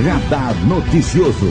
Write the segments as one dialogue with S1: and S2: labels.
S1: Radar Noticioso.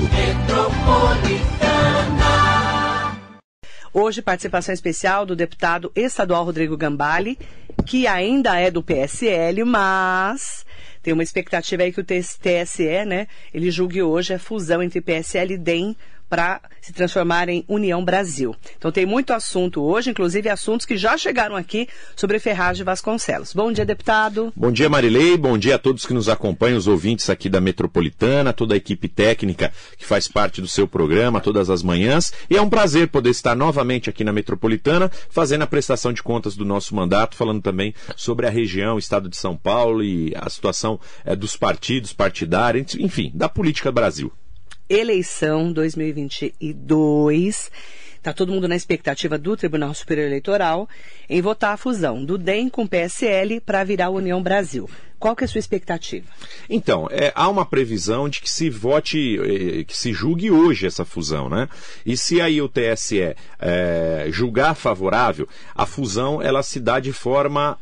S2: Hoje, participação especial do deputado estadual Rodrigo Gambale, que ainda é do PSL, mas tem uma expectativa aí que o TSE, né, ele julgue hoje a fusão entre PSL e DEM para se transformar em União Brasil. Então tem muito assunto hoje, inclusive assuntos que já chegaram aqui sobre Ferraz de Vasconcelos. Bom dia, deputado.
S3: Bom dia, Marilei. Bom dia a todos que nos acompanham, os ouvintes aqui da Metropolitana, toda a equipe técnica que faz parte do seu programa todas as manhãs. E é um prazer poder estar novamente aqui na Metropolitana, fazendo a prestação de contas do nosso mandato, falando também sobre a região, o estado de São Paulo e a situação dos partidos, partidários, enfim, da política Brasil.
S2: Eleição 2022, está todo mundo na expectativa do Tribunal Superior Eleitoral em votar a fusão do DEM com o PSL para virar a União Brasil. Qual que é a sua expectativa?
S3: Então, há uma previsão de que se vote, que se julgue hoje essa fusão, né? E se aí o TSE julgar favorável, a fusão ela se dá de forma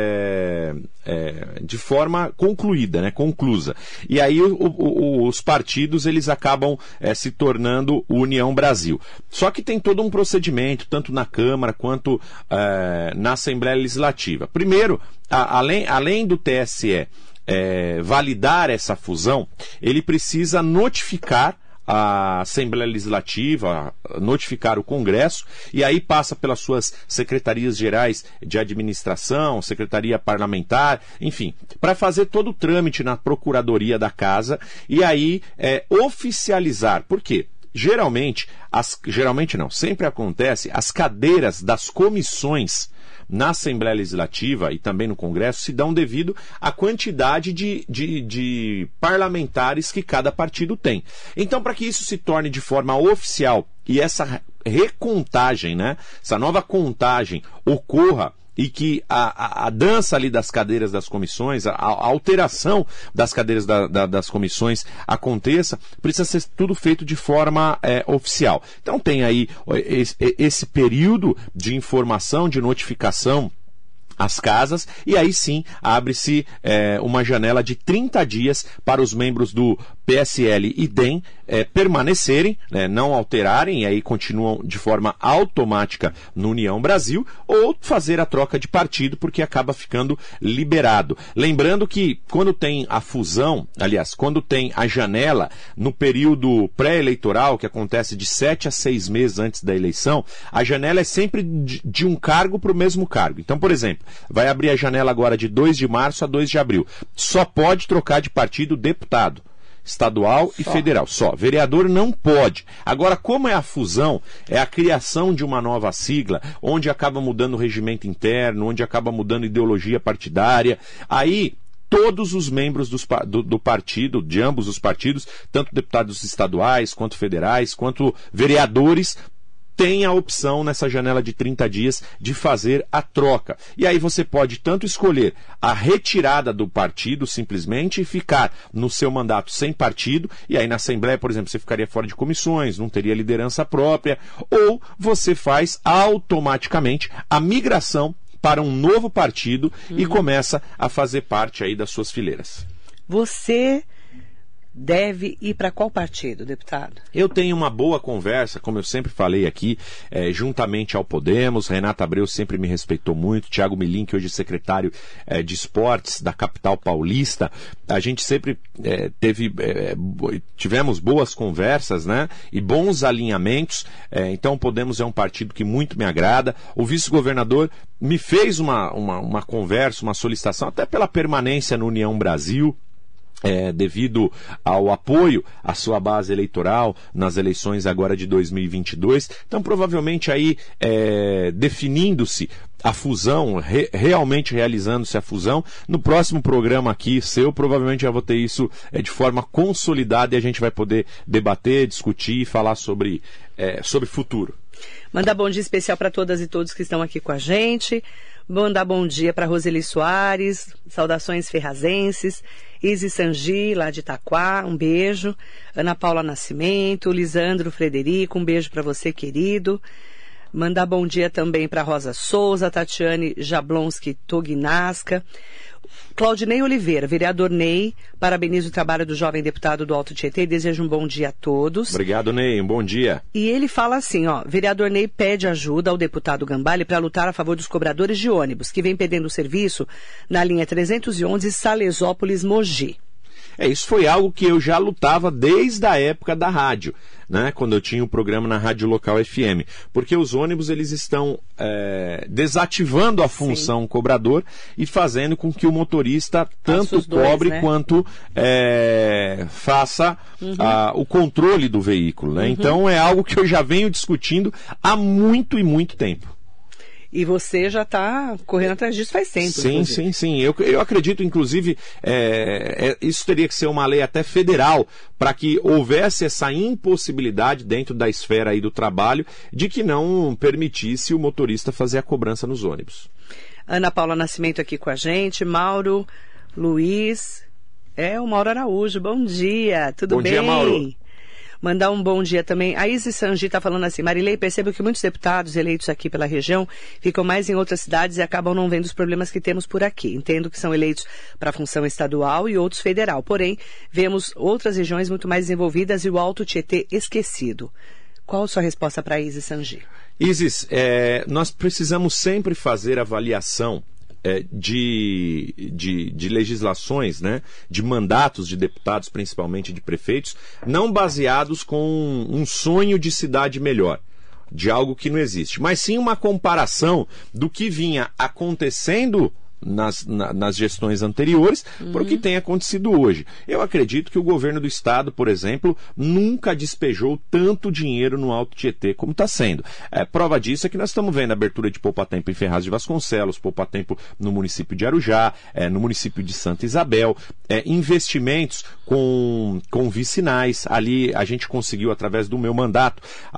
S3: concluída, né? Conclusa. E aí os partidos eles acabam se tornando União Brasil. Só que tem todo um procedimento, tanto na Câmara quanto na Assembleia Legislativa. Primeiro, além do TSE validar essa fusão, ele precisa notificar a Assembleia Legislativa, notificar o Congresso, e aí passa pelas suas secretarias gerais de administração, secretaria parlamentar, enfim, para fazer todo o trâmite na Procuradoria da Casa e aí oficializar. Por quê? Geralmente não, sempre acontece, as cadeiras das comissões na Assembleia Legislativa e também no Congresso se dão devido à quantidade de parlamentares que cada partido tem. Então, para que isso se torne de forma oficial e essa recontagem, né, essa nova contagem ocorra, e que a dança ali das cadeiras das comissões, a alteração das cadeiras das comissões aconteça, precisa ser tudo feito de forma oficial. Então tem aí esse período de informação, de notificação às casas, e aí sim abre-se uma janela de 30 dias para os membros do PSL e DEM permanecerem, não alterarem, e aí continuam de forma automática no União Brasil, ou fazer a troca de partido, porque acaba ficando liberado. Lembrando que quando tem a fusão, aliás, quando tem a janela no período pré-eleitoral, que acontece de 7 a 6 meses antes da eleição, a janela é sempre de um cargo para o mesmo cargo. Então, por exemplo, vai abrir a janela agora de 2 de março a 2 de abril. Só pode trocar de partido deputado estadual e federal, só. Vereador não pode. Agora, como é a fusão, é a criação de uma nova sigla, onde acaba mudando o regimento interno, onde acaba mudando ideologia partidária, aí todos os membros do partido, de ambos os partidos, tanto deputados estaduais, quanto federais, quanto vereadores, tem a opção nessa janela de 30 dias de fazer a troca. E aí você pode tanto escolher a retirada do partido simplesmente e ficar no seu mandato sem partido, e aí na Assembleia, por exemplo, você ficaria fora de comissões, não teria liderança própria, ou você faz automaticamente a migração para um novo partido e começa a fazer parte aí das suas fileiras.
S2: Você deve ir para qual partido, deputado?
S3: Eu tenho uma boa conversa, como eu sempre falei aqui, juntamente ao Podemos. Renata Abreu sempre me respeitou muito. Thiago Milin, que hoje é secretário de esportes da capital paulista. A gente sempre tivemos boas conversas, né? E bons alinhamentos. Então o Podemos é um partido que muito me agrada. O vice-governador me fez uma conversa, uma solicitação, até pela permanência no União Brasil. Devido ao apoio à sua base eleitoral nas eleições agora de 2022. Então, provavelmente aí, definindo-se a fusão, realmente realizando-se a fusão, no próximo programa aqui seu, provavelmente já vou ter isso de forma consolidada e a gente vai poder debater, discutir e falar sobre futuro.
S2: Mandar bom dia especial para todas e todos que estão aqui com a gente. Mandar bom dia para Roseli Soares, saudações ferrazenses, Izzy Sangi, lá de Itaquá, um beijo. Ana Paula Nascimento, Lisandro Frederico, um beijo para você, querido. Mandar bom dia também para Rosa Souza, Tatiane Jablonski Tognasca. Claudinei Oliveira, vereador Ney, parabeniza o trabalho do jovem deputado do Alto Tietê e deseja um bom dia a todos.
S3: Obrigado, Ney, um bom dia.
S2: E ele fala assim, vereador Ney pede ajuda ao deputado Gambale para lutar a favor dos cobradores de ônibus, que vem perdendo o serviço na linha 311 Salesópolis-Mogi.
S3: Isso foi algo que eu já lutava desde a época da rádio, né? Quando eu tinha o programa na Rádio Local FM. Porque os ônibus eles estão desativando a função cobrador e fazendo com que o motorista tanto cobre, né, quanto faça o controle do veículo, né? Então é algo que eu já venho discutindo há muito e muito tempo.
S2: E você já está correndo atrás disso faz tempo.
S3: Sim. Eu acredito, inclusive, isso teria que ser uma lei até federal para que houvesse essa impossibilidade dentro da esfera aí do trabalho de que não permitisse o motorista fazer a cobrança nos ônibus.
S2: Ana Paula Nascimento aqui com a gente, Mauro, Luiz, o Mauro Araújo, bom dia, tudo bem?
S3: Bom dia, Mauro.
S2: Mandar um bom dia também. A Isis Sangi está falando assim, Marilei, percebo que muitos deputados eleitos aqui pela região ficam mais em outras cidades e acabam não vendo os problemas que temos por aqui. Entendo que são eleitos para a função estadual e outros federal. Porém, vemos outras regiões muito mais desenvolvidas e o Alto Tietê esquecido. Qual a sua resposta para a Isis Sangi?
S3: Isis, nós precisamos sempre fazer avaliação de legislações, né, de mandatos de deputados, principalmente de prefeitos, não baseados com um sonho de cidade melhor, de algo que não existe, mas sim uma comparação do que vinha acontecendo nas gestões anteriores para o que tem acontecido hoje. Eu acredito que o governo do estado, por exemplo, nunca despejou tanto dinheiro no Alto Tietê como está sendo. Prova disso é que nós estamos vendo a abertura de poupa-tempo em Ferraz de Vasconcelos, poupa-tempo no município de Arujá, no município de Santa Isabel, investimentos com vicinais. Ali a gente conseguiu, através do meu mandato,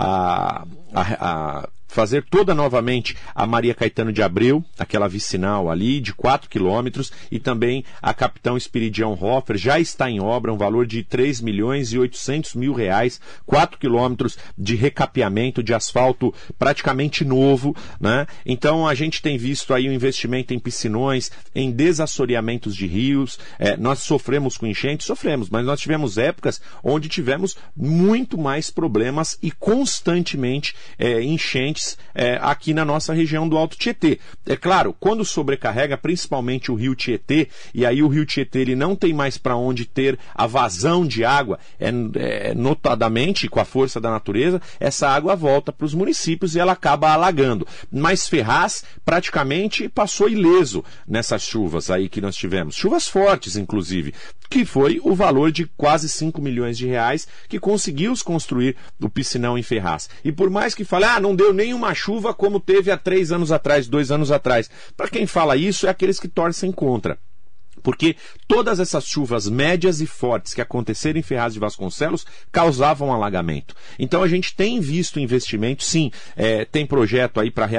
S3: fazer toda novamente a Maria Caetano de Abreu, aquela vicinal ali de 4 quilômetros, e também a Capitão Espiridião Hoffer já está em obra, um valor de R$3.800.000, 4 quilômetros de recapeamento de asfalto praticamente novo, né? Então a gente tem visto aí um investimento em piscinões, em desassoreamentos de rios. Nós sofremos com enchentes, mas nós tivemos épocas onde tivemos muito mais problemas e constantemente enchentes aqui na nossa região do Alto Tietê. É claro, quando sobrecarrega principalmente o rio Tietê, e aí o rio Tietê ele não tem mais para onde ter a vazão de água, notadamente com a força da natureza, essa água volta para os municípios e ela acaba alagando. Mas Ferraz praticamente passou ileso nessas chuvas aí que nós tivemos. Chuvas fortes, inclusive, que foi o valor de quase 5 milhões de reais que conseguiu construir o piscinão em Ferraz. E por mais que fale, não deu nenhuma chuva como teve há 3 anos atrás, 2 anos atrás. Para quem fala isso, é aqueles que torcem contra. Porque todas essas chuvas médias e fortes que aconteceram em Ferraz de Vasconcelos causavam alagamento. Então a gente tem visto investimento, sim, tem projeto aí para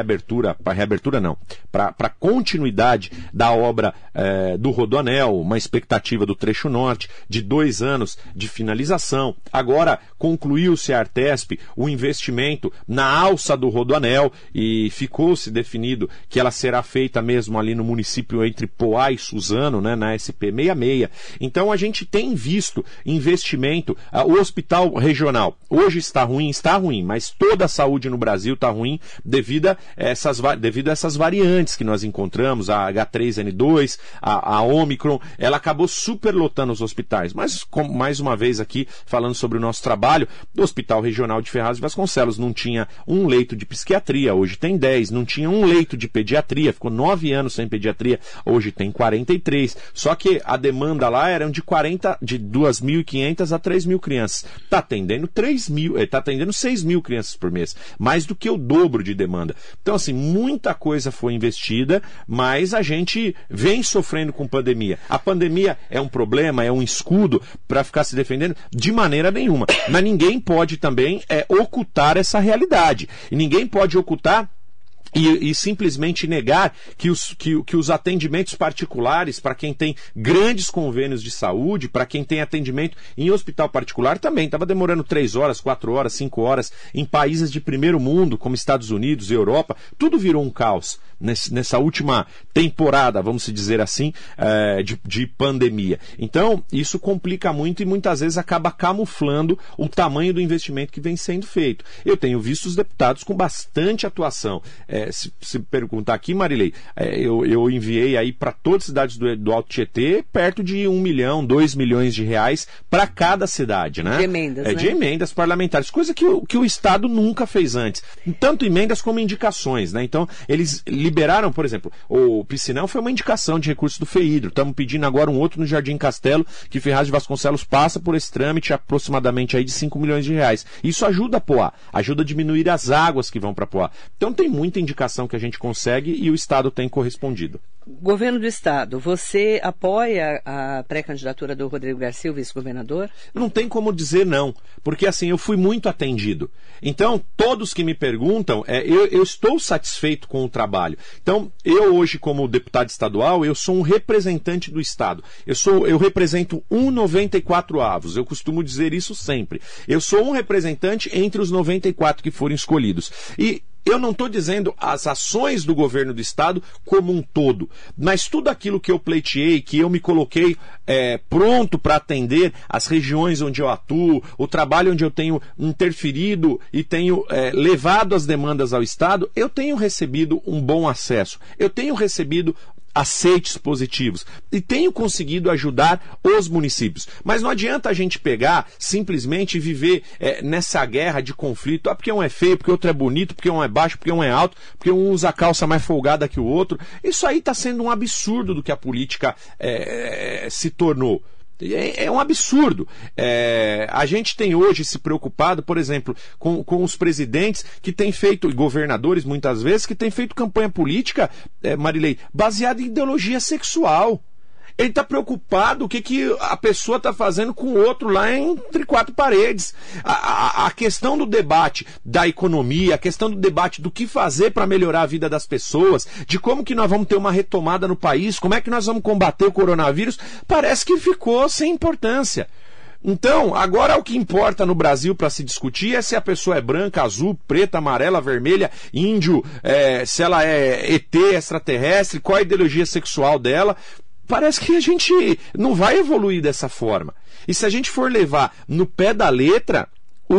S3: para continuidade da obra do Rodoanel, uma expectativa do trecho norte de 2 anos de finalização. Agora concluiu-se a Artesp o investimento na alça do Rodoanel e ficou-se definido que ela será feita mesmo ali no município entre Poá e Suzano, né, na SP66. Então a gente tem visto investimento. O hospital regional hoje está ruim, mas toda a saúde no Brasil está ruim devido a essas variantes que nós encontramos, a H3N2, a Omicron. Ela acabou superlotando os hospitais. Mas, mais uma vez aqui, falando sobre o nosso trabalho, o Hospital Regional de Ferraz de Vasconcelos não tinha um leito de psiquiatria, hoje tem 10, não tinha um leito de pediatria, ficou 9 anos sem pediatria, hoje tem 43. Só que a demanda lá era de 2.500 a 3.000 crianças. Está atendendo 6.000 crianças por mês, mais do que o dobro de demanda. Então, assim, muita coisa foi investida, mas a gente vem sofrendo com pandemia. A pandemia é um problema, é um escudo para ficar se defendendo? De maneira nenhuma. Mas ninguém pode também ocultar essa realidade. E ninguém pode ocultar E simplesmente negar que os atendimentos particulares, para quem tem grandes convênios de saúde, para quem tem atendimento em hospital particular, também estava demorando 3 horas, 4 horas, 5 horas, em países de primeiro mundo, como Estados Unidos e Europa, tudo virou um caos nessa última temporada, vamos dizer assim, de pandemia. Então, isso complica muito e muitas vezes acaba camuflando o tamanho do investimento que vem sendo feito. Eu tenho visto os deputados com bastante atuação. Se perguntar aqui, Marilei, eu enviei aí para todas as cidades do Alto Tietê perto de 1 milhão, 2 milhões de reais para cada cidade, né?
S2: De emendas, né?
S3: De emendas parlamentares, coisa que o Estado nunca fez antes. Tanto emendas como indicações, né? Então, eles liberaram, por exemplo, o Piscinão foi uma indicação de recursos do FEIDRO. Estamos pedindo agora um outro no Jardim Castelo, que Ferraz de Vasconcelos passa por esse trâmite aproximadamente aí de 5 milhões de reais. Isso ajuda a Poá, ajuda a diminuir as águas que vão para Poá. Então tem muita indicação que a gente consegue e o Estado tem correspondido.
S2: Governo do Estado, você apoia a pré-candidatura do Rodrigo Garcia, o vice-governador?
S3: Não tem como dizer não, porque assim, eu fui muito atendido. Então, todos que me perguntam, eu estou satisfeito com o trabalho. Então, eu hoje, como deputado estadual, eu sou um representante do Estado. Eu represento 1,94 avos, eu costumo dizer isso sempre. Eu sou um representante entre os 94 que foram escolhidos. E eu não estou dizendo as ações do governo do Estado como um todo, mas tudo aquilo que eu pleiteei, que eu me coloquei pronto para atender as regiões onde eu atuo, o trabalho onde eu tenho interferido e tenho levado as demandas ao Estado, eu tenho recebido um bom acesso, eu tenho recebido aceites positivos e tenho conseguido ajudar os municípios. Mas não adianta a gente pegar simplesmente viver nessa guerra de conflito, porque um é feio, porque outro é bonito, porque um é baixo, porque um é alto, porque um usa a calça mais folgada que o outro. Isso aí está sendo um absurdo do que a política se tornou. É um absurdo. A gente tem hoje se preocupado, por exemplo, com os presidentes que têm feito, e governadores muitas vezes, que têm feito campanha política, Marilei, baseada em ideologia sexual. Ele está preocupado o que a pessoa está fazendo com o outro lá entre 4 paredes. A questão do debate da economia, a questão do debate do que fazer para melhorar a vida das pessoas, de como que nós vamos ter uma retomada no país, como é que nós vamos combater o coronavírus, parece que ficou sem importância. Então, agora o que importa no Brasil para se discutir é se a pessoa é branca, azul, preta, amarela, vermelha, índio, se ela é ET, extraterrestre, qual a ideologia sexual dela. Parece que a gente não vai evoluir dessa forma. E se a gente for levar no pé da letra,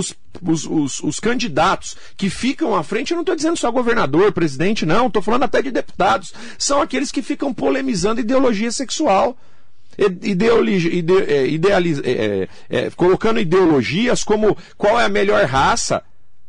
S3: os candidatos que ficam à frente, eu não estou dizendo só governador, presidente, não, estou falando até de deputados, são aqueles que ficam polemizando ideologia sexual. Colocando ideologias como qual é a melhor raça.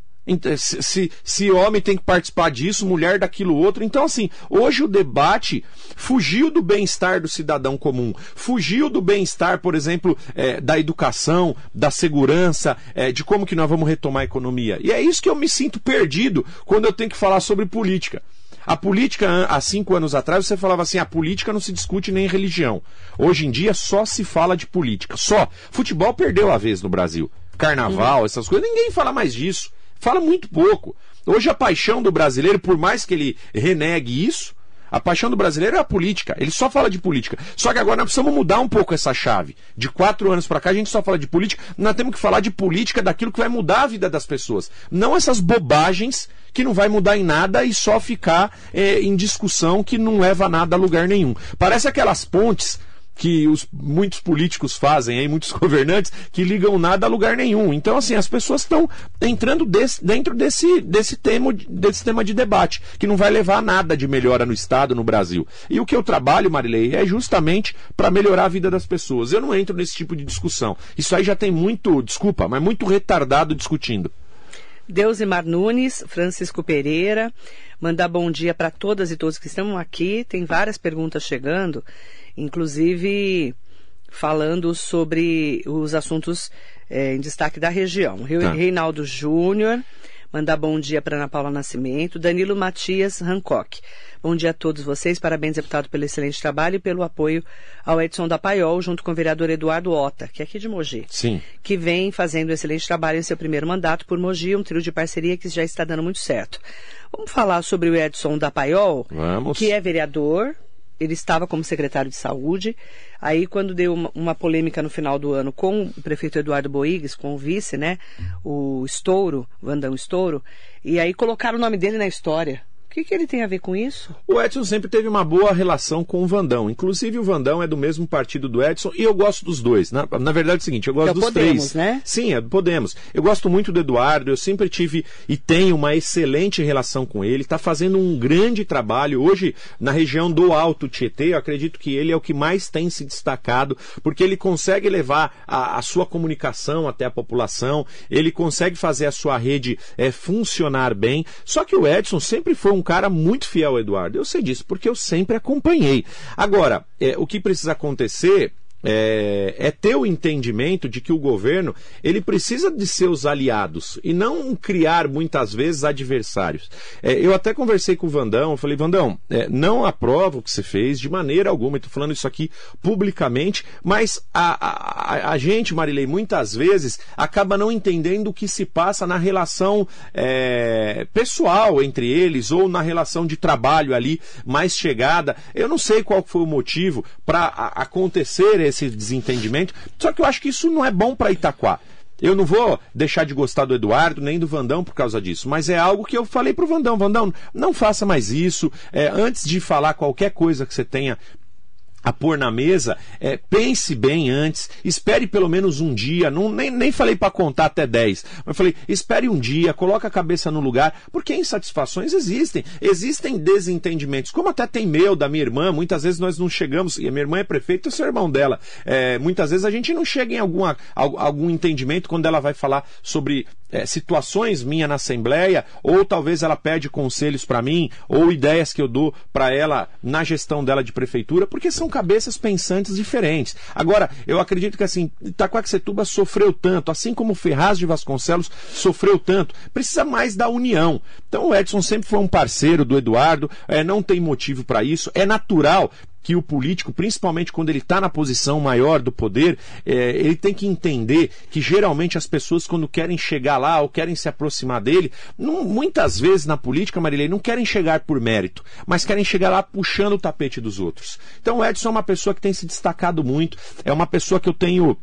S3: Se homem tem que participar disso, mulher daquilo outro. Então, assim, hoje o debate fugiu do bem-estar do cidadão comum, fugiu do bem-estar, por exemplo, da educação, da segurança, de como que nós vamos retomar a economia. E é isso que eu me sinto perdido quando eu tenho que falar sobre política. A política, há 5 anos atrás, você falava assim, a política não se discute nem religião. Hoje em dia só se fala de política. Só. Futebol perdeu a vez no Brasil. Carnaval, essas coisas, ninguém fala mais disso. Fala muito pouco. Hoje a paixão do brasileiro, por mais que ele renegue isso, a paixão do brasileiro é a política. Ele só fala de política. Só que agora nós precisamos mudar um pouco essa chave. De 4 anos para cá a gente só fala de política. Nós temos que falar de política daquilo que vai mudar a vida das pessoas. Não essas bobagens que não vai mudar em nada e só ficar em discussão que não leva a nada a lugar nenhum. Parece aquelas pontes que muitos políticos fazem, muitos governantes, que ligam nada a lugar nenhum. Então, assim, as pessoas estão entrando dentro desse tema de debate, que não vai levar a nada de melhora no Estado, no Brasil. E o que eu trabalho, Marilei, é justamente para melhorar a vida das pessoas. Eu não entro nesse tipo de discussão. Isso aí já tem muito retardado discutindo.
S2: Deusimar Nunes, Francisco Pereira, mandar bom dia para todas e todos que estão aqui. Tem várias perguntas chegando, inclusive falando sobre os assuntos em destaque da região. Reinaldo Júnior, mandar bom dia para Ana Paula Nascimento, Danilo Matias Hancock. Bom dia a todos vocês. Parabéns, deputado, pelo excelente trabalho e pelo apoio ao Edson Dapaiol, junto com o vereador Eduardo Ota, que é aqui de Mogi.
S3: Sim.
S2: Que vem fazendo um excelente trabalho em seu primeiro mandato por Mogi, um trio de parceria que já está dando muito certo. Vamos falar sobre o Edson Dapaiol, que é vereador. Ele estava como secretário de saúde. Aí, quando deu uma polêmica no final do ano com o prefeito Eduardo Boigues, com o vice, né? O Vandão Estouro. E aí colocaram o nome dele na história. O que ele tem a ver com isso?
S3: O Edson sempre teve uma boa relação com o Vandão. Inclusive, o Vandão é do mesmo partido do Edson e eu gosto dos dois. Na verdade é o seguinte, eu gosto dos
S2: Podemos,
S3: três.
S2: Né?
S3: Sim, é do Podemos. Eu gosto muito do Eduardo, eu sempre tive e tenho uma excelente relação com ele. Está fazendo um grande trabalho. Hoje, na região do Alto Tietê, eu acredito que ele é o que mais tem se destacado, porque ele consegue levar a sua comunicação até a população, ele consegue fazer a sua rede funcionar bem. Só que o Edson sempre foi um cara muito fiel ao Eduardo. Eu sei disso porque eu sempre acompanhei. Agora, o que precisa acontecer é ter o entendimento de que o governo ele precisa de seus aliados e não criar muitas vezes adversários. Eu até conversei com o Vandão, eu falei, Vandão, não aprovo o que você fez de maneira alguma, estou falando isso aqui publicamente, mas a gente, Marilei, muitas vezes acaba não entendendo o que se passa na relação pessoal entre eles ou na relação de trabalho ali mais chegada. Eu não sei qual foi o motivo para acontecer esse desentendimento, só que eu acho que isso não é bom para Itaquá. Eu não vou deixar de gostar do Eduardo nem do Vandão por causa disso, mas é algo que eu falei pro Vandão, Vandão, não faça mais isso, antes de falar qualquer coisa que você tenha a pôr na mesa, pense bem antes, espere pelo menos um dia, nem falei para contar até 10, mas falei, espere um dia, coloca a cabeça no lugar, porque insatisfações existem desentendimentos, como até tem meu, da minha irmã, muitas vezes nós não chegamos, e a minha irmã é prefeita, eu sou irmão dela, muitas vezes a gente não chega em algum entendimento quando ela vai falar sobre situações minhas na Assembleia, ou talvez ela pede conselhos para mim, ou ideias que eu dou para ela na gestão dela de prefeitura, porque são cabeças pensantes diferentes. Agora, eu acredito que assim, Itaquaquecetuba sofreu tanto, assim como Ferraz de Vasconcelos sofreu tanto, precisa mais da união. Então o Edson sempre foi um parceiro do Eduardo, não tem motivo para isso, é natural que o político, principalmente quando ele está na posição maior do poder, ele tem que entender que geralmente as pessoas quando querem chegar lá ou querem se aproximar dele, muitas vezes na política, Marilei, não querem chegar por mérito, mas querem chegar lá puxando o tapete dos outros. Então o Edson é uma pessoa que tem se destacado muito, é uma pessoa que eu tenho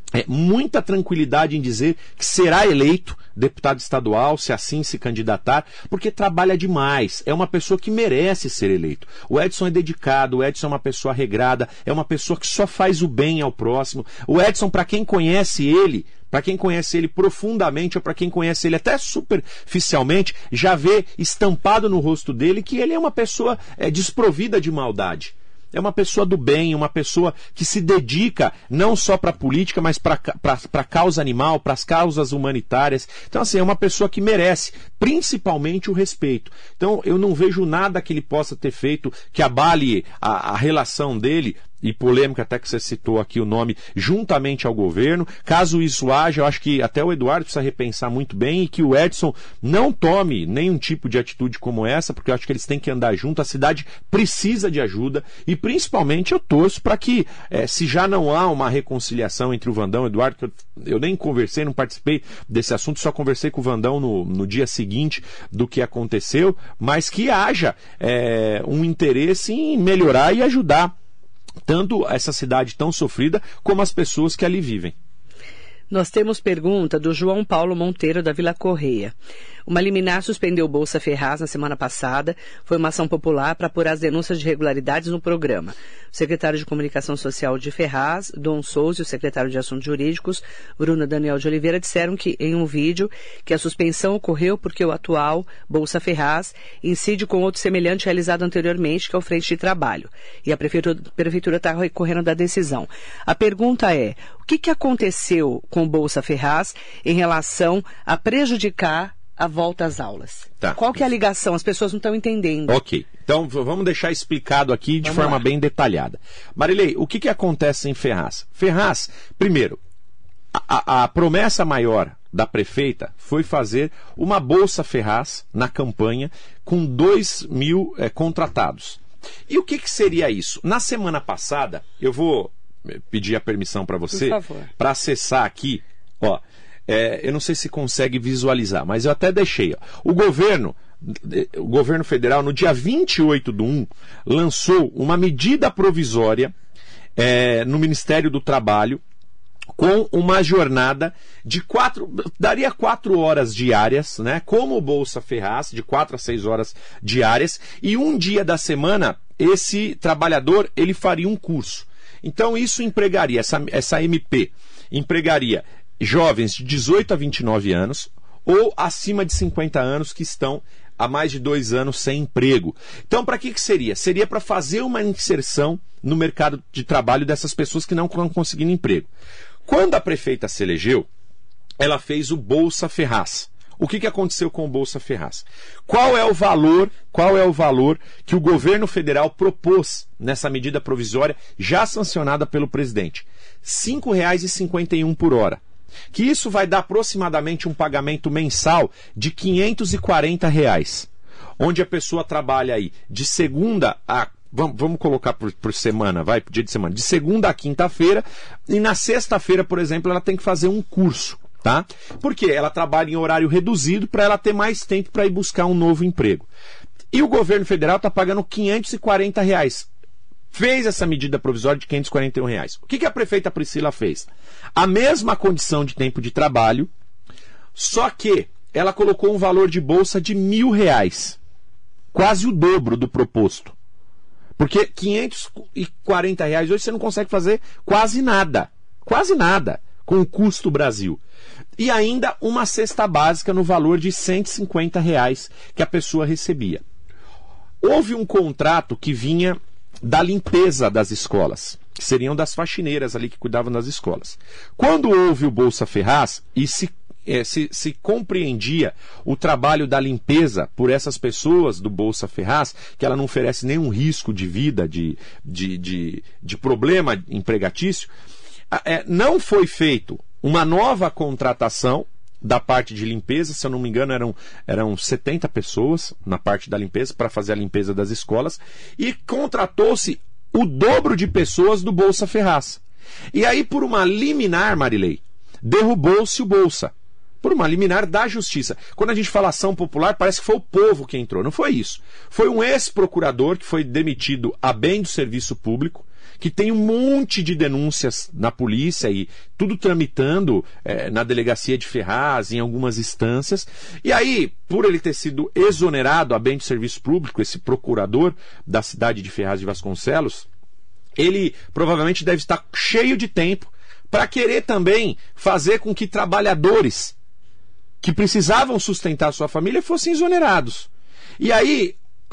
S3: muita tranquilidade em dizer que será eleito deputado estadual, se assim se candidatar, porque trabalha demais, é uma pessoa que merece ser eleito. O Edson é dedicado, o Edson é uma pessoa regrada, é uma pessoa que só faz o bem ao próximo. O Edson, para quem conhece ele profundamente, ou para quem conhece ele até superficialmente, já vê estampado no rosto dele que ele é uma pessoa desprovida de maldade. É uma pessoa do bem, uma pessoa que se dedica não só para a política, mas para a causa animal, para as causas humanitárias. Então, assim, é uma pessoa que merece, principalmente, o respeito. Então, eu não vejo nada que ele possa ter feito que abale a relação dele, e polêmica até que você citou aqui o nome, juntamente ao governo. Caso isso haja, eu acho que até o Eduardo precisa repensar muito bem e que o Edson não tome nenhum tipo de atitude como essa, porque eu acho que eles têm que andar junto, a cidade precisa de ajuda e principalmente eu torço para que, se já não há uma reconciliação entre o Vandão e o Eduardo, que eu nem conversei, não participei desse assunto, só conversei com o Vandão no dia seguinte do que aconteceu, mas que haja um interesse em melhorar e ajudar tanto essa cidade tão sofrida, como as pessoas que ali vivem.
S2: Nós temos pergunta do João Paulo Monteiro, da Vila Correia. Uma liminar suspendeu Bolsa Ferraz na semana passada. Foi uma ação popular para apurar as denúncias de irregularidades no programa. O secretário de Comunicação Social de Ferraz, Dom Souza, e o secretário de Assuntos Jurídicos, Bruno Daniel de Oliveira, disseram que, em um vídeo, que a suspensão ocorreu porque o atual Bolsa Ferraz incide com outro semelhante realizado anteriormente, que é o Frente de Trabalho. E a prefeitura está recorrendo da decisão. A pergunta é, o que aconteceu com o Bolsa Ferraz em relação a prejudicar a volta às aulas?
S3: Tá.
S2: Qual que é a ligação? As pessoas não estão entendendo.
S3: Ok, então vamos deixar explicado aqui de forma bem detalhada. Marilei, o que acontece em Ferraz? Ferraz, primeiro, a promessa maior da prefeita foi fazer uma Bolsa Ferraz na campanha com 2.000 contratados. E o que seria isso? Na semana passada, eu vou pedir a permissão para você para acessar aqui, ó, eu não sei se consegue visualizar, mas eu até deixei. Ó. O governo federal, no dia 28/1, lançou uma medida provisória no Ministério do Trabalho, com uma jornada de 4 horas diárias, né? Como o Bolsa Ferraz, de 4 a 6 horas diárias, e um dia da semana esse trabalhador ele faria um curso. Então isso empregaria, essa MP empregaria jovens de 18 a 29 anos ou acima de 50 anos que estão há mais de 2 anos sem emprego. Então, para que seria? Seria para fazer uma inserção no mercado de trabalho dessas pessoas que não estão conseguindo emprego. Quando a prefeita se elegeu, ela fez o Bolsa Ferraz. O que aconteceu com o Bolsa Ferraz? Qual é o valor que o governo federal propôs nessa medida provisória já sancionada pelo presidente? R$ 5,51 por hora. Que isso vai dar aproximadamente um pagamento mensal de R$ 540, onde a pessoa trabalha aí de segunda a... Vamos colocar por semana, por dia de semana, de segunda a quinta-feira, e na sexta-feira, por exemplo, ela tem que fazer um curso, tá? Porque ela trabalha em horário reduzido para ela ter mais tempo para ir buscar um novo emprego. E o governo federal está pagando R$ 540. Fez essa medida provisória de R$ 541. O que a prefeita Priscila fez? A mesma condição de tempo de trabalho, só que ela colocou um valor de bolsa de R$ 1.000, quase o dobro do proposto. Porque R$ 540 hoje você não consegue fazer quase nada com o custo Brasil. E ainda uma cesta básica no valor de R$ 150 que a pessoa recebia. Houve um contrato que vinha da limpeza das escolas, que seriam das faxineiras ali que cuidavam das escolas. Quando houve o Bolsa Ferraz e se compreendia o trabalho da limpeza por essas pessoas do Bolsa Ferraz, que ela não oferece nenhum risco de vida, de problema empregatício, não foi feito uma nova contratação da parte de limpeza. Se eu não me engano, eram 70 pessoas na parte da limpeza para fazer a limpeza das escolas, e contratou-se o dobro de pessoas do Bolsa Ferraz. E aí, por uma liminar, Marilei, derrubou-se o Bolsa. Por uma liminar da Justiça. Quando a gente fala ação popular, parece que foi o povo que entrou. Não foi isso. Foi um ex-procurador que foi demitido a bem do serviço público, que tem um monte de denúncias na polícia e tudo tramitando na delegacia de Ferraz, em algumas instâncias. E aí, por ele ter sido exonerado a bem do serviço público, esse procurador da cidade de Ferraz de Vasconcelos, ele provavelmente deve estar cheio de tempo para querer também fazer com que trabalhadores que precisavam sustentar sua família fossem exonerados. E aí,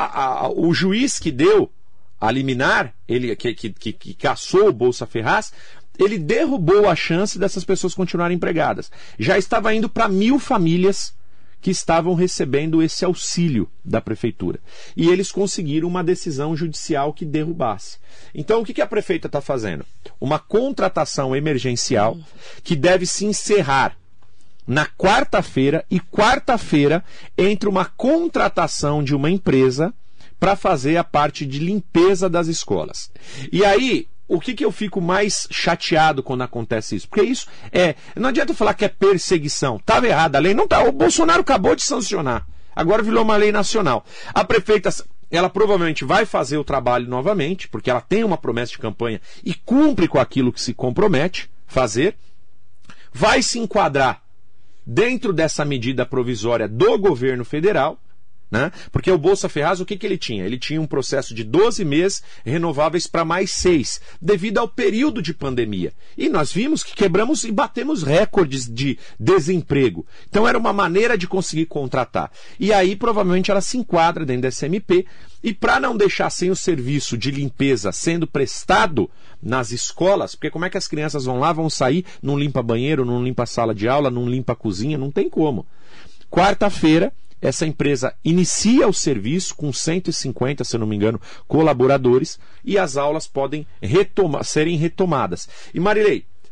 S3: o juiz que deu a liminar, ele que cassou o Bolsa Ferraz, ele derrubou a chance dessas pessoas continuarem empregadas. Já estava indo para 1.000 famílias que estavam recebendo esse auxílio da prefeitura. E eles conseguiram uma decisão judicial que derrubasse. Então, o que a prefeita está fazendo? Uma contratação emergencial que deve se encerrar na quarta-feira, e quarta-feira entra uma contratação de uma empresa para fazer a parte de limpeza das escolas. E aí, o que eu fico mais chateado quando acontece isso? Porque isso não adianta falar que é perseguição. Estava errada a lei, não está. O Bolsonaro acabou de sancionar. Agora virou uma lei nacional. A prefeita, ela provavelmente vai fazer o trabalho novamente, porque ela tem uma promessa de campanha e cumpre com aquilo que se compromete fazer. Vai se enquadrar dentro dessa medida provisória do governo federal, né? Porque o Bolsa Ferraz, o que ele tinha? Ele tinha um processo de 12 meses renováveis para mais 6, devido ao período de pandemia. E nós vimos que quebramos e batemos recordes de desemprego. Então era uma maneira de conseguir contratar. E aí provavelmente ela se enquadra dentro dessa MP, e para não deixar sem o serviço de limpeza sendo prestado nas escolas, porque como é que as crianças vão lá, vão sair, não limpa banheiro, não limpa sala de aula, não limpa a cozinha, não tem como. Quarta-feira, essa empresa inicia o serviço com 150, se eu não me engano, colaboradores, e as aulas podem serem retomadas. E Marilei,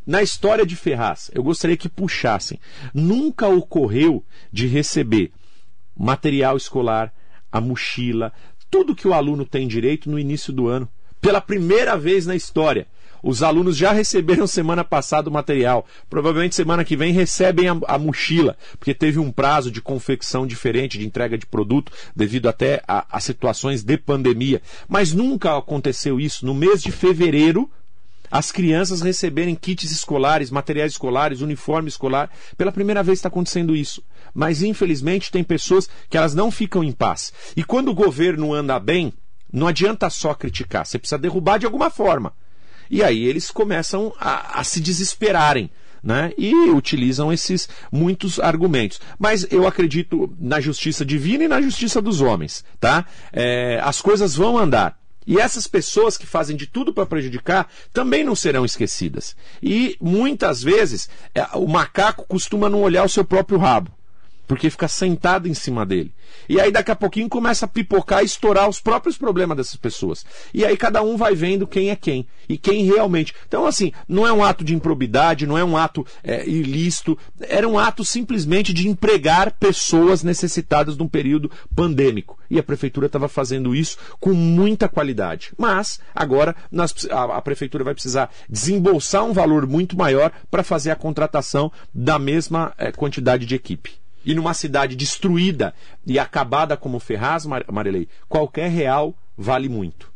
S3: na história de Ferraz, eu gostaria que puxassem, nunca ocorreu de receber material escolar, a mochila, tudo que o aluno tem direito no início do ano. Pela primeira vez na história. Os alunos já receberam semana passada o material. Provavelmente semana que vem recebem a mochila, porque teve um prazo de confecção diferente, de entrega de produto, devido até a situações de pandemia. Mas nunca aconteceu isso. No mês de fevereiro, as crianças receberem kits escolares, materiais escolares, uniforme escolar. Pela primeira vez está acontecendo isso. Mas, infelizmente, tem pessoas que elas não ficam em paz. E quando o governo anda bem, não adianta só criticar. Você precisa derrubar de alguma forma. E aí eles começam a se desesperarem, né? E utilizam esses muitos argumentos. Mas eu acredito na justiça divina e na justiça dos homens, tá? As coisas vão andar. E essas pessoas que fazem de tudo para prejudicar também não serão esquecidas. E muitas vezes o macaco costuma não olhar o seu próprio rabo, porque fica sentado em cima dele. E aí daqui a pouquinho começa a pipocar e estourar os próprios problemas dessas pessoas. E aí cada um vai vendo quem é quem. E quem realmente... Então assim, não é um ato de improbidade, não é um ato ilícito. Era um ato simplesmente de empregar pessoas necessitadas de um período pandêmico. E a prefeitura estava fazendo isso com muita qualidade. Mas agora a prefeitura vai precisar desembolsar um valor muito maior para fazer a contratação da mesma quantidade de equipe. E numa cidade destruída e acabada como Ferraz, Marilei, qualquer real vale muito.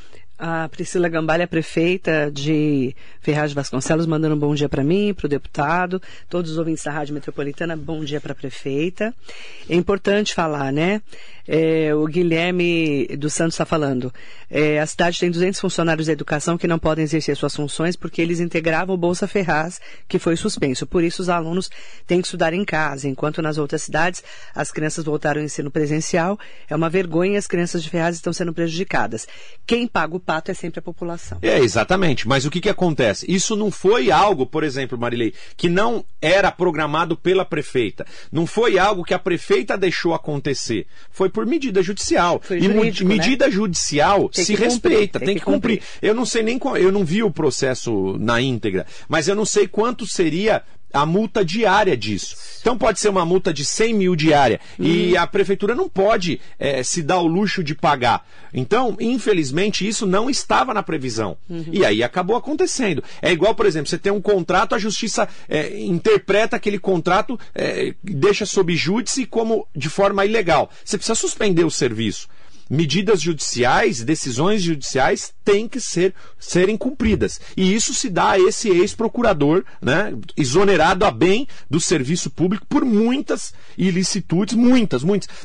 S2: A Priscila Gambale, a prefeita de Ferraz de Vasconcelos, mandando um bom dia para mim, para o deputado, todos os ouvintes da Rádio Metropolitana, bom dia para a prefeita. É importante falar, né? O Guilherme dos Santos está falando. A cidade tem 200 funcionários da educação que não podem exercer suas funções porque eles integravam o Bolsa Ferraz, que foi suspenso. Por isso, os alunos têm que estudar em casa, enquanto nas outras cidades as crianças voltaram ao ensino presencial. É uma vergonha e as crianças de Ferraz estão sendo prejudicadas. Quem paga o pato é sempre a população.
S3: Exatamente. Mas o que acontece? Isso não foi algo, por exemplo, Marilei, que não era programado pela prefeita. Não foi algo que a prefeita deixou acontecer. Foi por medida judicial.
S2: Foi jurídico,
S3: medida judicial
S2: tem
S3: se respeita, tem que cumprir. Eu não sei nem eu não vi o processo na íntegra, mas eu não sei quanto seria a multa diária disso. Então pode ser uma multa de 100 mil diária e a prefeitura não pode se dar o luxo de pagar. Então, infelizmente, isso não estava na previsão. E aí acabou acontecendo. É igual, por exemplo, você tem um contrato, a justiça interpreta aquele contrato, deixa sob júdice como de forma ilegal. Você precisa suspender o serviço. Medidas judiciais, decisões judiciais têm que serem cumpridas. E isso se dá a esse ex-procurador, né, exonerado a bem do serviço público por muitas ilicitudes, muitas.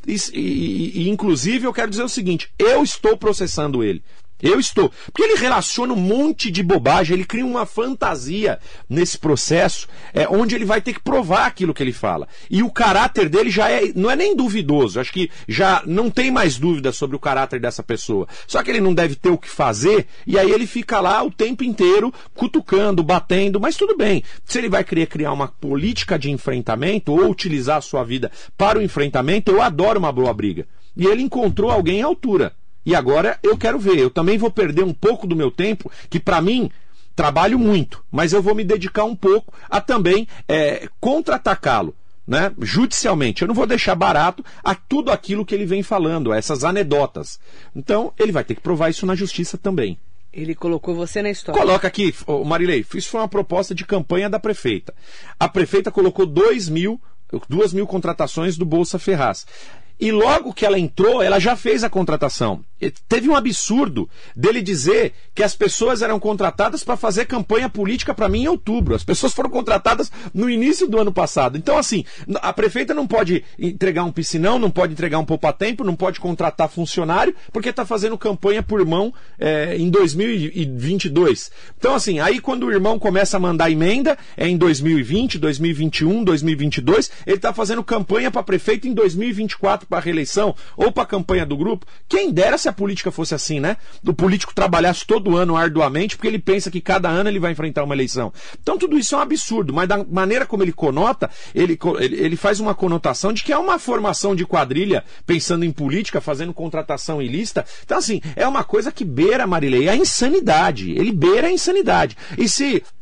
S3: E inclusive eu quero dizer o seguinte, eu estou processando ele. Porque ele relaciona um monte de bobagem, ele cria uma fantasia nesse processo, onde ele vai ter que provar aquilo que ele fala. E o caráter dele já não é nem duvidoso, acho que já não tem mais dúvida sobre o caráter dessa pessoa. Só que ele não deve ter o que fazer, e aí ele fica lá o tempo inteiro cutucando, batendo, mas tudo bem. Se ele vai querer criar uma política de enfrentamento, ou utilizar a sua vida para o enfrentamento, eu adoro uma boa briga. E ele encontrou alguém à altura. E agora eu quero ver, eu também vou perder um pouco do meu tempo, que para mim, trabalho muito, mas eu vou me dedicar um pouco a também contra-atacá-lo, né, judicialmente. Eu não vou deixar barato a tudo aquilo que ele vem falando, essas anedotas. Então, ele vai ter que provar isso na justiça também.
S2: Ele colocou você na história.
S3: Coloca aqui, Marilei, isso foi uma proposta de campanha da prefeita. A prefeita colocou 2 mil contratações do Bolsa Ferraz. E logo que ela entrou, ela já fez a contratação. Teve um absurdo dele dizer que as pessoas eram contratadas para fazer campanha política para mim em outubro. As pessoas foram contratadas no início do ano passado. Então, assim, a prefeita não pode entregar um piscinão, não pode entregar um poupa-tempo, não pode contratar funcionário, porque está fazendo campanha por irmão em 2022. Então, assim, aí quando o irmão começa a mandar emenda, em 2020, 2021, 2022, ele está fazendo campanha para prefeito em 2024 para a reeleição, ou para a campanha do grupo. Quem dera se a política fosse assim, né? O político trabalhasse todo ano arduamente, porque ele pensa que cada ano ele vai enfrentar uma eleição. Então tudo isso é um absurdo, mas da maneira como ele conota, ele faz uma conotação de que é uma formação de quadrilha, pensando em política, fazendo contratação ilícita. Então assim, é uma coisa que beira, Marilei, a insanidade. Ele beira a insanidade. E se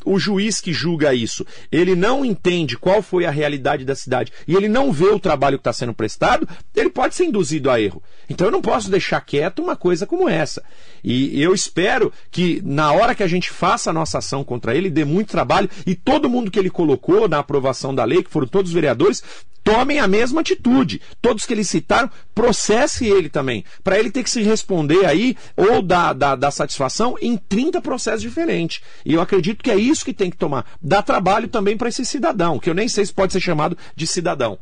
S3: o juiz que julga isso, ele não entende qual foi a realidade da cidade e ele não vê o trabalho que está sendo prestado, ele pode ser induzido a erro. Então eu não posso deixar quieto uma coisa como essa. E eu espero que na hora que a gente faça a nossa ação contra ele, dê muito trabalho e todo mundo que ele colocou na aprovação da lei, que foram todos os vereadores, tomem a mesma atitude. Todos que eles citaram, processe ele também. Para ele ter que se responder aí, ou dar satisfação em 30 processos diferentes. E eu acredito que é isso que tem que tomar. Dá trabalho também para esse cidadão, que eu nem sei se pode ser chamado de cidadão.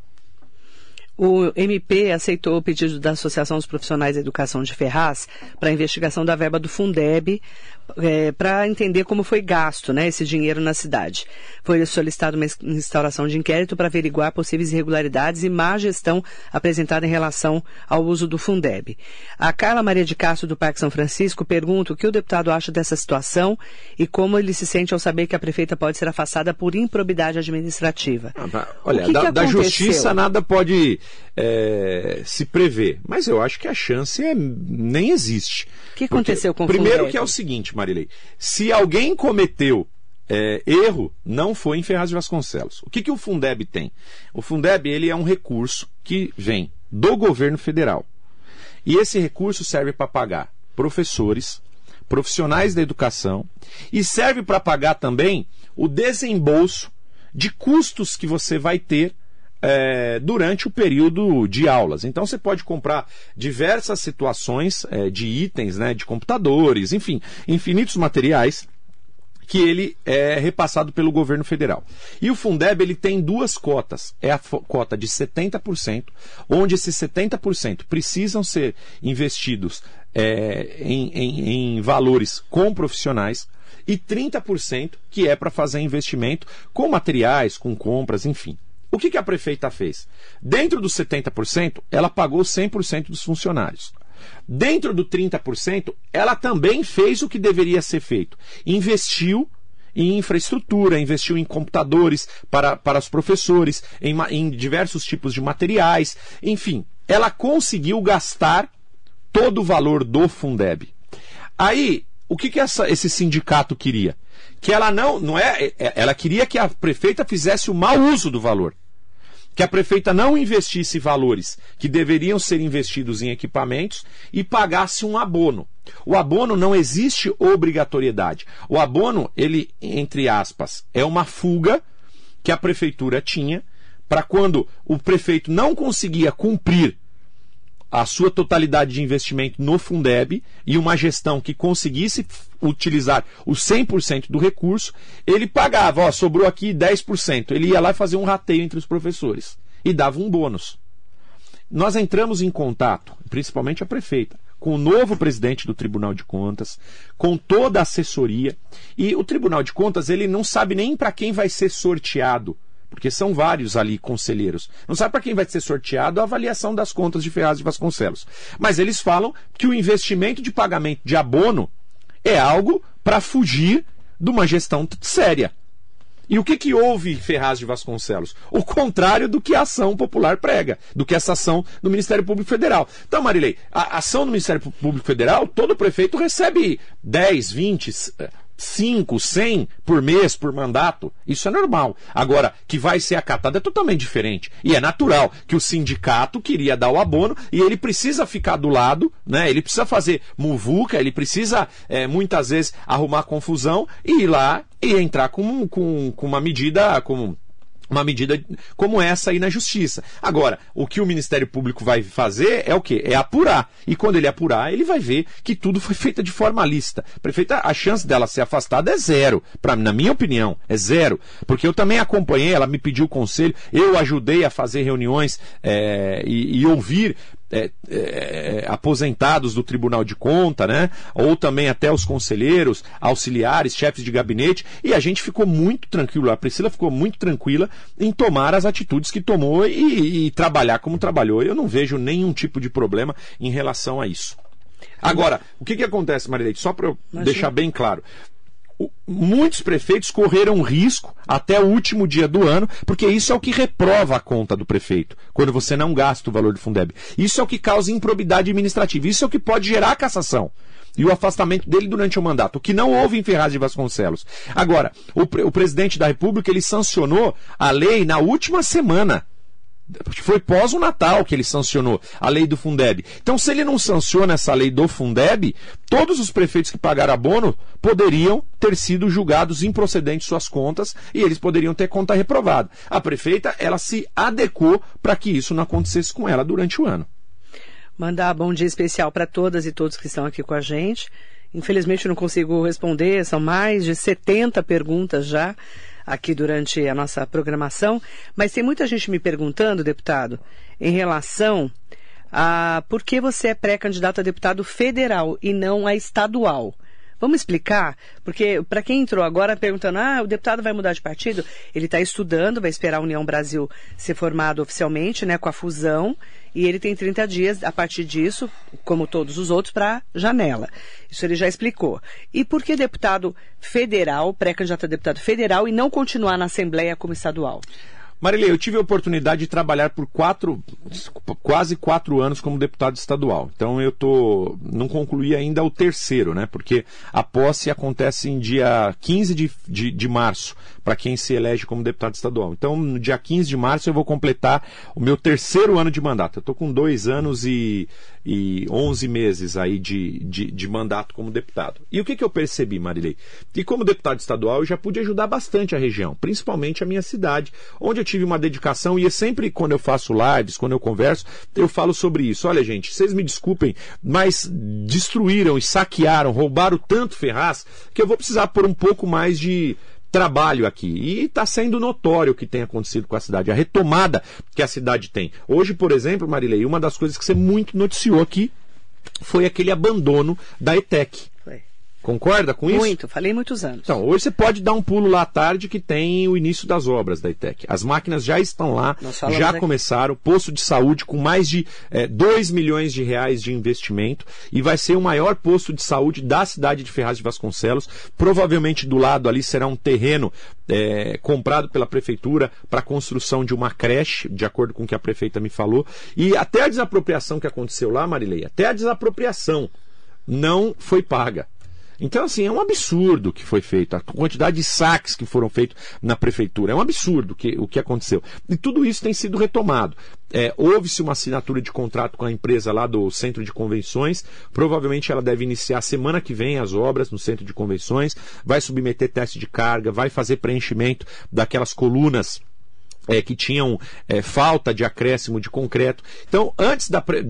S2: O MP aceitou o pedido da Associação dos Profissionais da Educação de Ferraz para a investigação da verba do Fundeb, para entender como foi gasto, né, esse dinheiro na cidade. Foi solicitado uma instauração de inquérito para averiguar possíveis irregularidades e má gestão apresentada em relação ao uso do Fundeb. A Carla Maria de Castro, do Parque São Francisco, pergunta o que o deputado acha dessa situação e como ele se sente ao saber que a prefeita pode ser afastada por improbidade administrativa.
S3: Olha, da justiça nada pode se prever, mas eu acho que a chance nem existe.
S2: O que aconteceu com o Fundeb?
S3: Primeiro que é o seguinte, Marilei, se alguém cometeu erro, não foi em Ferraz de Vasconcelos. O que o Fundeb tem? O Fundeb, ele é um recurso que vem do governo federal. E esse recurso serve para pagar professores, profissionais da educação e serve para pagar também o desembolso de custos que você vai ter durante o período de aulas. Então você pode comprar diversas situações de itens, né, de computadores, enfim, infinitos materiais que ele é repassado pelo governo federal. E o Fundeb, ele tem duas cotas. É a cota de 70%, onde esses 70% precisam ser investidos em valores com profissionais, e 30% que é para fazer investimento com materiais, com compras, enfim. O que a prefeita fez? Dentro dos 70%, ela pagou 100% dos funcionários. Dentro do 30%, ela também fez o que deveria ser feito. Investiu em infraestrutura, investiu em computadores para os professores, em diversos tipos de materiais. Enfim, ela conseguiu gastar todo o valor do Fundeb. Aí, o que esse sindicato queria? Que ela ela queria que a prefeita fizesse o mau uso do valor. Que a prefeita não investisse valores que deveriam ser investidos em equipamentos e pagasse um abono. O abono não existe obrigatoriedade. O abono, ele, entre aspas, é uma fuga que a prefeitura tinha para quando o prefeito não conseguia cumprir a sua totalidade de investimento no Fundeb e uma gestão que conseguisse utilizar os 100% do recurso, ele pagava, sobrou aqui 10%. Ele ia lá fazer um rateio entre os professores e dava um bônus. Nós entramos em contato, principalmente a prefeita, com o novo presidente do Tribunal de Contas, com toda a assessoria, e o Tribunal de Contas, ele não sabe nem para quem vai ser sorteado, porque são vários ali conselheiros. Não sabe para quem vai ser sorteado a avaliação das contas de Ferraz de Vasconcelos. Mas eles falam que o investimento de pagamento de abono é algo para fugir de uma gestão séria. E o que houve em Ferraz de Vasconcelos? O contrário do que a ação popular prega, do que essa ação do Ministério Público Federal. Então, Marilei, a ação do Ministério Público Federal, todo prefeito recebe 10, 20... 5, 100 por mês, por mandato, isso é normal. Agora, que vai ser acatado é totalmente diferente. E é natural que o sindicato queria dar o abono e ele precisa ficar do lado, né? Ele precisa fazer muvuca, ele precisa, muitas vezes, arrumar confusão e ir lá e entrar com uma medida como essa aí na justiça. Agora, o que o Ministério Público vai fazer é o quê? É apurar. E quando ele apurar, ele vai ver que tudo foi feito de forma lícita. Prefeita, a chance dela ser afastada é zero. Na minha opinião, é zero. Porque eu também acompanhei, ela me pediu conselho, eu ajudei a fazer reuniões e ouvir aposentados do Tribunal de Contas, né? Ou também até os conselheiros, auxiliares, chefes de gabinete, e a gente ficou muito tranquilo, a Priscila ficou muito tranquila em tomar as atitudes que tomou e trabalhar como trabalhou. Eu não vejo nenhum tipo de problema em relação a isso. Agora, o que acontece, Marileide? Só para eu deixar bem claro. Muitos prefeitos correram risco até o último dia do ano, porque isso é o que reprova a conta do prefeito, quando você não gasta o valor do Fundeb. Isso é o que causa improbidade administrativa, isso é o que pode gerar cassação. e o afastamento dele durante o mandato, o que não houve em Ferraz de Vasconcelos. Agora, o presidente da República, ele sancionou a lei na última semana. Foi pós o Natal que ele sancionou a lei do Fundeb. Então, se ele não sanciona essa lei do Fundeb, todos os prefeitos que pagaram abono poderiam ter sido julgados improcedentes suas contas e eles poderiam ter conta reprovada. A prefeita, ela se adequou para que isso não acontecesse com ela durante o ano.
S2: Mandar bom dia especial para todas e todos que estão aqui com a gente. Infelizmente, eu não consigo responder, são mais de 70 perguntas já aqui durante a nossa programação, mas tem muita gente me perguntando, deputado, em relação a por que você é pré-candidato a deputado federal e não a estadual. Vamos explicar? Porque para quem entrou agora perguntando, o deputado vai mudar de partido, ele está estudando, vai esperar a União Brasil ser formado oficialmente, né, com a fusão, e ele tem 30 dias, a partir disso, como todos os outros, para janela. Isso ele já explicou. E por que deputado federal, pré-candidato a deputado federal, e não continuar na Assembleia como estadual?
S3: Marilei, eu tive a oportunidade de trabalhar por quase 4 anos como deputado estadual. Então não concluí ainda o terceiro, né? Porque a posse acontece em dia 15 de março, para quem se elege como deputado estadual. Então, no dia 15 de março, eu vou completar o meu terceiro ano de mandato. Eu estou com 2 anos e 11 meses aí de mandato como deputado. E o que eu percebi, Marilei? Que como deputado estadual, eu já pude ajudar bastante a região, principalmente a minha cidade, onde eu tive uma dedicação, e sempre quando eu faço lives, quando eu converso, eu falo sobre isso. Olha, gente, vocês me desculpem, mas destruíram e saquearam, roubaram tanto Ferraz, que eu vou precisar pôr um pouco mais de trabalho aqui. E está sendo notório o que tem acontecido com a cidade, a retomada que a cidade tem. Hoje, por exemplo, Marilei, uma das coisas que você muito noticiou aqui foi aquele abandono da ETEC. Concorda com isso?
S2: Muito, falei muitos anos.
S3: Então, hoje você pode dar um pulo lá à tarde que tem o início das obras da ETEC. As máquinas já estão lá, já começaram, posto de saúde com mais de 2 milhões de reais de investimento, e vai ser o maior posto de saúde da cidade de Ferraz de Vasconcelos. Provavelmente do lado ali será um terreno comprado pela prefeitura para a construção de uma creche, de acordo com o que a prefeita me falou. E até a desapropriação que aconteceu lá, Marilei, até a desapropriação não foi paga. Então, assim, é um absurdo o que foi feito, a quantidade de saques que foram feitos na prefeitura, é um absurdo o que aconteceu. E tudo isso tem sido retomado. Houve-se uma assinatura de contrato com a empresa lá do Centro de Convenções, provavelmente ela deve iniciar semana que vem as obras no Centro de Convenções, vai submeter teste de carga, vai fazer preenchimento daquelas colunas que tinham falta de acréscimo de concreto. Então, antes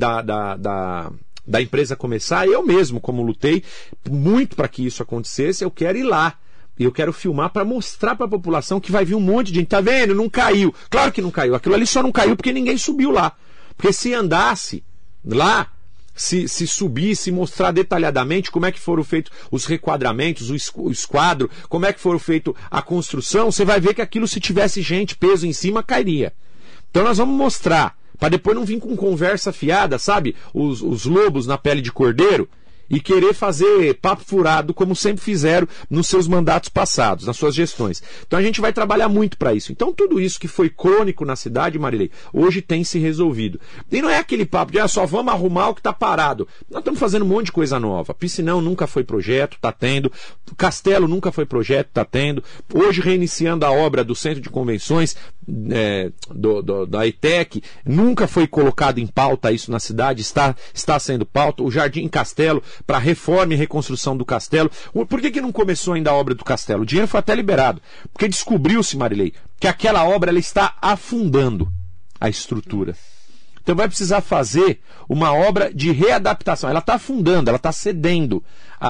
S3: da empresa começar, eu mesmo, como lutei muito para que isso acontecesse, eu quero ir lá. E eu quero filmar para mostrar para a população que vai vir um monte de gente. Tá vendo? Não caiu. Claro que não caiu. Aquilo ali só não caiu porque ninguém subiu lá. Porque se andasse lá, se subisse, mostrar detalhadamente como é que foram feitos os requadramentos, o esquadro, como é que foram feitos a construção, você vai ver que aquilo, se tivesse gente, peso em cima, cairia. Então nós vamos mostrar, para depois não vir com conversa fiada, sabe? Os lobos na pele de cordeiro, e querer fazer papo furado, como sempre fizeram nos seus mandatos passados, nas suas gestões. Então a gente vai trabalhar muito para isso. Então tudo isso que foi crônico na cidade, Marilei, hoje tem se resolvido. E não é aquele papo de só vamos arrumar o que está parado. Nós estamos fazendo um monte de coisa nova. Piscinão nunca foi projeto, está tendo. Castelo nunca foi projeto, está tendo. Hoje reiniciando a obra do Centro de Convenções, da ETEC, nunca foi colocado em pauta isso na cidade, está sendo pauta. O Jardim Castelo, para reforma e reconstrução do castelo. Por que não começou ainda a obra do castelo? O dinheiro foi até liberado. Porque descobriu-se, Marilei, que aquela obra ela está afundando a estrutura. Então vai precisar fazer uma obra de readaptação. Ela está afundando, ela está cedendo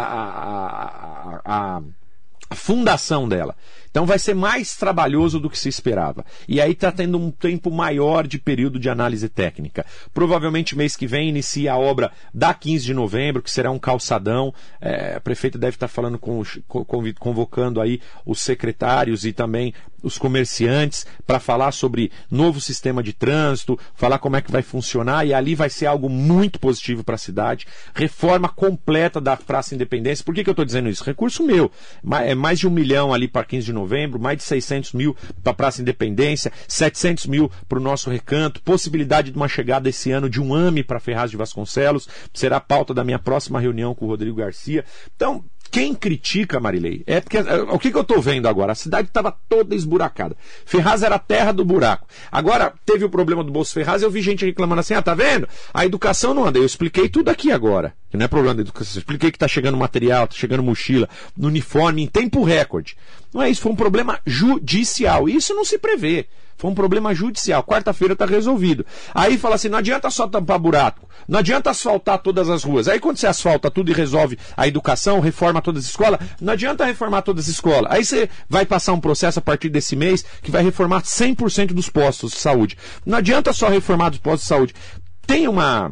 S3: a fundação dela. Então vai ser mais trabalhoso do que se esperava. E aí está tendo um tempo maior de período de análise técnica. Provavelmente mês que vem inicia a obra da 15 de novembro, que será um calçadão. A prefeita deve estar falando convocando aí os secretários e também os comerciantes para falar sobre novo sistema de trânsito, falar como é que vai funcionar, e ali vai ser algo muito positivo para a cidade. Reforma completa da Praça Independência. Por que eu estou dizendo isso? Recurso meu. É mais de 1 milhão ali para 15 de novembro, mais de 600 mil para a Praça Independência, 700 mil para o nosso recanto, possibilidade de uma chegada esse ano de um AME para Ferraz de Vasconcelos, será a pauta da minha próxima reunião com o Rodrigo Garcia. Então, quem critica, Marilei, é porque o que eu estou vendo agora? A cidade estava toda esburacada. Ferraz era a terra do buraco. Agora teve o problema do Bolsa Ferraz, eu vi gente reclamando assim, tá vendo? A educação não anda. Eu expliquei tudo aqui agora, que não é problema da educação. Eu expliquei que está chegando material, está chegando mochila, uniforme, em tempo recorde. Não é isso, foi um problema judicial. E isso não se prevê. Foi um problema judicial. Quarta-feira está resolvido. Aí fala assim, não adianta só tampar buraco, não adianta asfaltar todas as ruas. Aí quando você asfalta tudo e resolve a educação, reforma todas as escolas, não adianta reformar todas as escolas. Aí você vai passar um processo a partir desse mês que vai reformar 100% dos postos de saúde. Não adianta só reformar os postos de saúde. Tem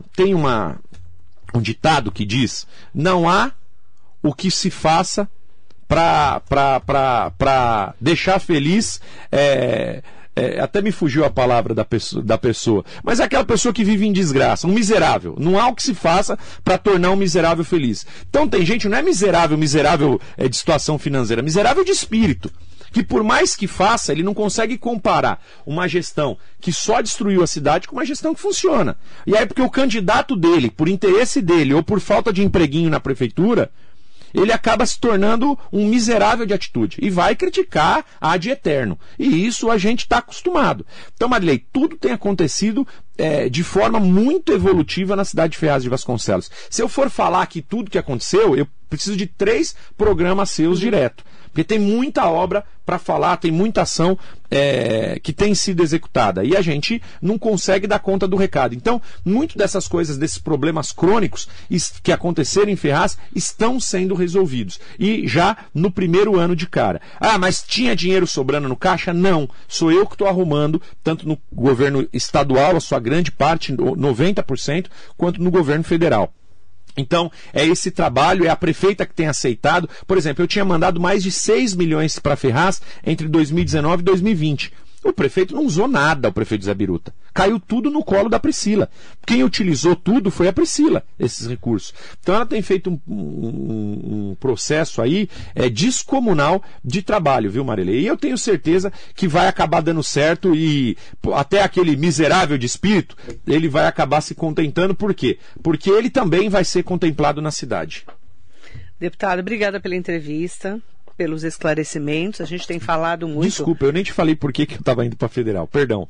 S3: um ditado que diz, não há o que se faça para deixar feliz... até me fugiu a palavra da pessoa, mas é aquela pessoa que vive em desgraça, um miserável. Não há o que se faça para tornar um miserável feliz. Então tem gente, não é miserável de situação financeira, miserável de espírito, que por mais que faça, ele não consegue comparar uma gestão que só destruiu a cidade com uma gestão que funciona. E aí porque o candidato dele, por interesse dele ou por falta de empreguinho na prefeitura, ele acaba se tornando um miserável de atitude e vai criticar ad eterno. E isso a gente está acostumado. Então, Marilei, tudo tem acontecido de forma muito evolutiva na cidade de Ferraz de Vasconcelos. Se eu for falar aqui tudo que aconteceu, eu preciso de 3 programas seus direto. Porque tem muita obra para falar, tem muita ação que tem sido executada. E a gente não consegue dar conta do recado. Então, muito dessas coisas, desses problemas crônicos que aconteceram em Ferraz, estão sendo resolvidos. E já no primeiro ano de cara. Ah, mas tinha dinheiro sobrando no caixa? Não. Sou eu que estou arrumando, tanto no governo estadual, a sua grande parte, 90%, quanto no governo federal. Então, é esse trabalho, é a prefeita que tem aceitado. Por exemplo, eu tinha mandado mais de 6 milhões para Ferraz entre 2019 e 2020. O prefeito não usou nada, o prefeito Zé Biruta. Caiu tudo no colo da Priscila. Quem utilizou tudo foi a Priscila, esses recursos. Então ela tem feito um processo aí descomunal de trabalho, viu, Marilei? E eu tenho certeza que vai acabar dando certo e até aquele miserável de espírito, ele vai acabar se contentando. Por quê? Porque ele também vai ser contemplado na cidade.
S2: Deputado, obrigada pela entrevista, pelos esclarecimentos. A gente tem falado muito...
S3: Desculpa, eu nem te falei por que eu estava indo para a Federal, perdão.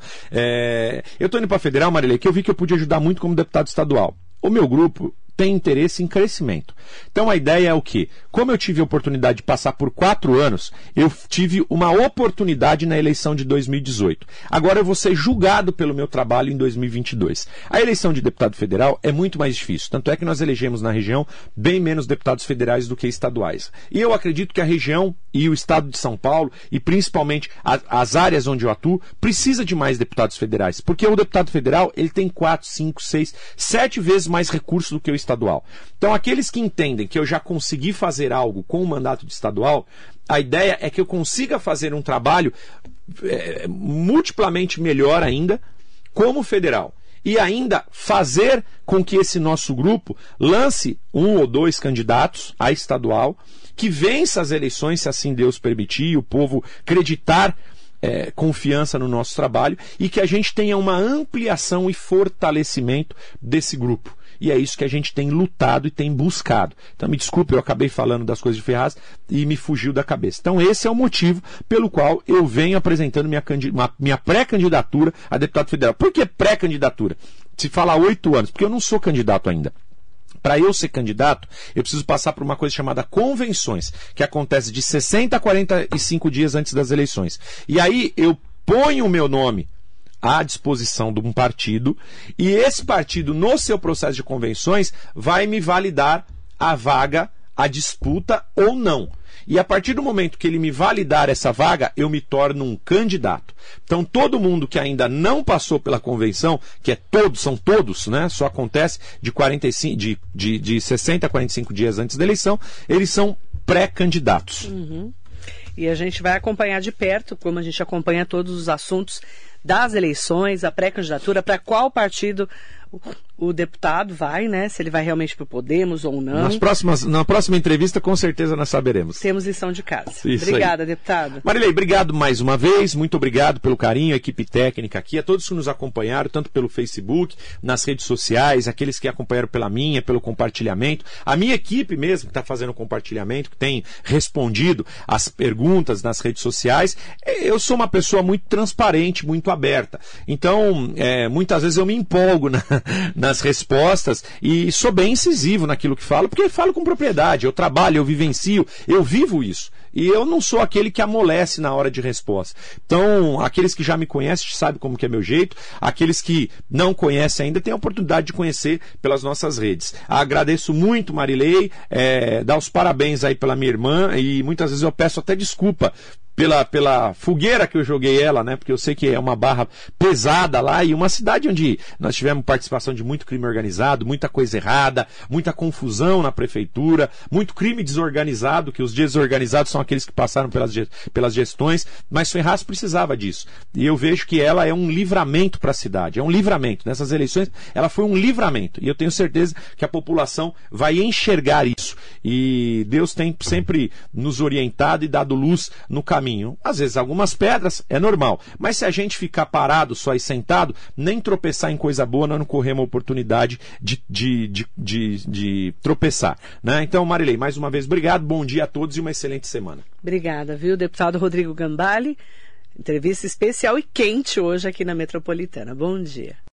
S3: Eu estou indo para a Federal, Marilei, que eu vi que eu podia ajudar muito como deputado estadual. O meu grupo tem interesse em crescimento. Então a ideia é o quê? Como eu tive a oportunidade de passar por 4 anos, eu tive uma oportunidade na eleição de 2018. Agora eu vou ser julgado pelo meu trabalho em 2022. A eleição de deputado federal é muito mais difícil. Tanto é que nós elegemos na região bem menos deputados federais do que estaduais. E eu acredito que a região e o estado de São Paulo, e principalmente as áreas onde eu atuo, precisa de mais deputados federais. Porque o deputado federal, ele tem 4, 5, 6, 7 vezes mais recursos do que o estadual. Então aqueles que entendem que eu já consegui fazer algo com o mandato de estadual, a ideia é que eu consiga fazer um trabalho multiplamente melhor ainda como federal. E ainda fazer com que esse nosso grupo lance 1 ou 2 candidatos a estadual, que vença as eleições, se assim Deus permitir, e o povo acreditar confiança no nosso trabalho, e que a gente tenha uma ampliação e fortalecimento desse grupo. E é isso que a gente tem lutado e tem buscado. Então me desculpe, eu acabei falando das coisas de Ferraz e me fugiu da cabeça. Então esse é o motivo pelo qual eu venho apresentando minha pré-candidatura a deputado federal. Por que pré-candidatura? Se fala 8 anos, porque eu não sou candidato ainda. Para eu ser candidato, eu preciso passar por uma coisa chamada convenções, que acontece de 60 a 45 dias antes das eleições. E aí eu ponho o meu nome à disposição de um partido, e esse partido, no seu processo de convenções, vai me validar a vaga, a disputa ou não. E a partir do momento que ele me validar essa vaga, eu me torno um candidato. Então todo mundo que ainda não passou pela convenção, que são todos, né? Só acontece de 60 a 45 dias antes da eleição, eles são pré-candidatos.
S2: Uhum. E a gente vai acompanhar de perto, como a gente acompanha todos os assuntos das eleições, a pré-candidatura, para qual partido o deputado vai, né? Se ele vai realmente para o Podemos ou não.
S3: Na próxima entrevista, com certeza nós saberemos.
S2: Temos lição de casa.
S3: Isso
S2: Obrigada,
S3: aí.
S2: deputado.
S3: Marilei, obrigado mais uma vez. Muito obrigado pelo carinho, a equipe técnica aqui, a todos que nos acompanharam, tanto pelo Facebook, nas redes sociais, aqueles que acompanharam pela minha, pelo compartilhamento. A minha equipe mesmo, que está fazendo o compartilhamento, que tem respondido as perguntas nas redes sociais. Eu sou uma pessoa muito transparente, muito aberta. Então, muitas vezes eu me empolgo nas respostas e sou bem incisivo naquilo que falo, porque eu falo com propriedade, eu trabalho, eu vivencio, eu vivo isso. E eu não sou aquele que amolece na hora de resposta. Então, aqueles que já me conhecem sabem como que é meu jeito, aqueles que não conhecem ainda têm a oportunidade de conhecer pelas nossas redes. Agradeço muito, Marilei, dar os parabéns aí pela minha irmã e muitas vezes eu peço até desculpa pela fogueira que eu joguei ela, né? Porque eu sei que é uma barra pesada lá e uma cidade onde nós tivemos participação de muito crime organizado, muita coisa errada, muita confusão na prefeitura, muito crime desorganizado, que os desorganizados são aqueles que passaram pelas gestões, mas Ferraz precisava disso. E eu vejo que ela é um livramento para a cidade, é um livramento. Nessas eleições, ela foi um livramento. E eu tenho certeza que a população vai enxergar isso. E Deus tem sempre nos orientado e dado luz no caminho. Às vezes algumas pedras, é normal. Mas se a gente ficar parado só e sentado, nem tropeçar em coisa boa, nós não corremos a oportunidade de tropeçar. Né? Então, Marilei, mais uma vez, obrigado, bom dia a todos e uma excelente semana.
S2: Obrigada, viu, deputado Rodrigo Gambale? Entrevista especial e quente hoje aqui na Metropolitana. Bom dia.